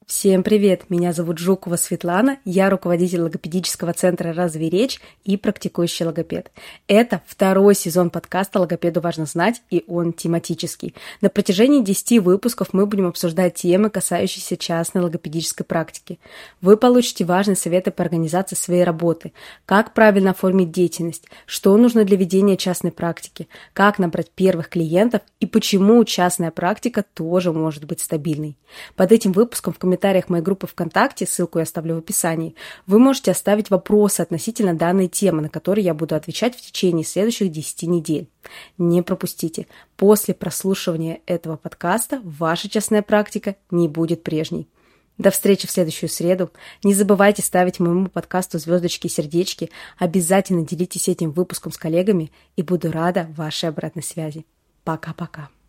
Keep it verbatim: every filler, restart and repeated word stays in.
Всем привет! Меня зовут Жукова Светлана, я руководитель логопедического центра «Разве речь» и практикующий логопед. Это второй сезон подкаста «Логопеду важно знать», и он тематический. На протяжении десяти выпусков мы будем обсуждать темы, касающиеся частной логопедической практики. Вы получите важные советы по организации своей работы, как правильно оформить деятельность, что нужно для ведения частной практики, как набрать первых клиентов и почему частная практика тоже может быть стабильной. Под этим выпуском в комментариях В комментариях моей группы ВКонтакте, ссылку я оставлю в описании, вы можете оставить вопросы относительно данной темы, на которые я буду отвечать в течение следующих десяти недель. Не пропустите, после прослушивания этого подкаста ваша частная практика не будет прежней. До встречи в следующую среду. Не забывайте ставить моему подкасту звездочки и сердечки, обязательно делитесь этим выпуском с коллегами и буду рада вашей обратной связи. Пока-пока.